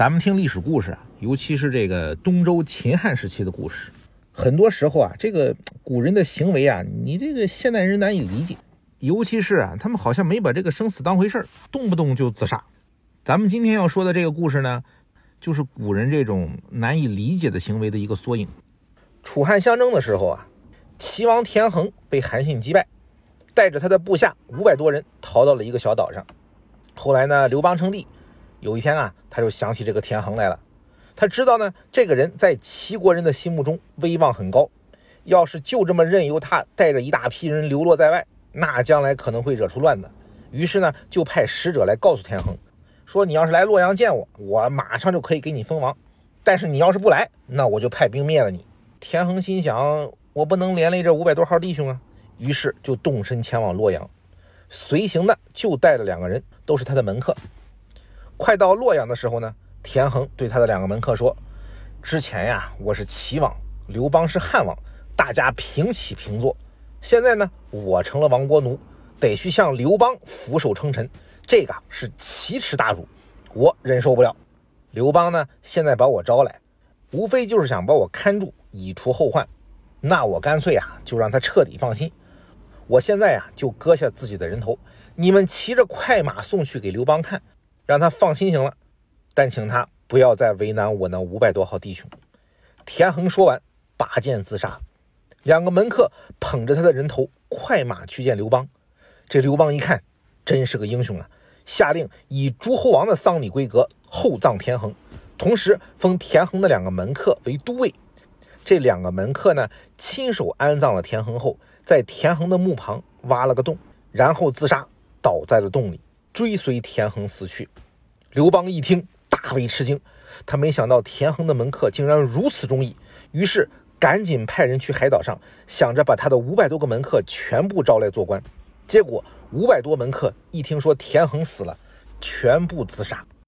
咱们听历史故事啊，尤其是这个东周秦汉时期的故事，很多时候啊，这个古人的行为啊，你这个现代人难以理解，尤其是啊，他们好像没把这个生死当回事儿，动不动就自杀。咱们今天要说的这个故事呢，就是古人这种难以理解的行为的一个缩影。楚汉相争的时候啊，齐王田横被韩信击败，带着他的部下500多人逃到了一个小岛上。后来呢，刘邦称帝，有一天啊，他就想起这个田横来了。他知道呢，这个人在齐国人的心目中威望很高，要是就这么任由他带着一大批人流落在外，那将来可能会惹出乱子。于是呢，就派使者来告诉田横，说你要是来洛阳见我，我马上就可以给你封王，但是你要是不来，那我就派兵灭了你。田横心想，我不能连累这500多号弟兄啊，于是就动身前往洛阳。随行的就带了2个人，都是他的门客。快到洛阳的时候呢，田横对他的2个门客说，之前呀，我是齐王，刘邦是汉王，大家平起平坐，现在呢，我成了亡国奴，得去向刘邦俯首称臣，这个是奇耻大辱，我忍受不了。刘邦呢，现在把我招来，无非就是想把我看住，以除后患，那我干脆啊，就让他彻底放心。我现在啊，就割下自己的人头，你们骑着快马送去给刘邦看，让他放心行了，但请他不要再为难我那500多号弟兄。田横说完，拔剑自杀。2个门客捧着他的人头，快马去见刘邦。这刘邦一看，真是个英雄啊，下令以诸侯王的丧礼规格厚葬田横，同时封田横的2个门客为都尉。这2个门客呢，亲手安葬了田横后，在田横的墓旁挖了个洞，然后自杀，倒在了洞里，追随田横死去。刘邦一听，大为吃惊，他没想到田横的门客竟然如此忠义，于是赶紧派人去海岛上，想着把他的500多个门客全部招来做官。结果500多门客一听说田横死了，全部自杀。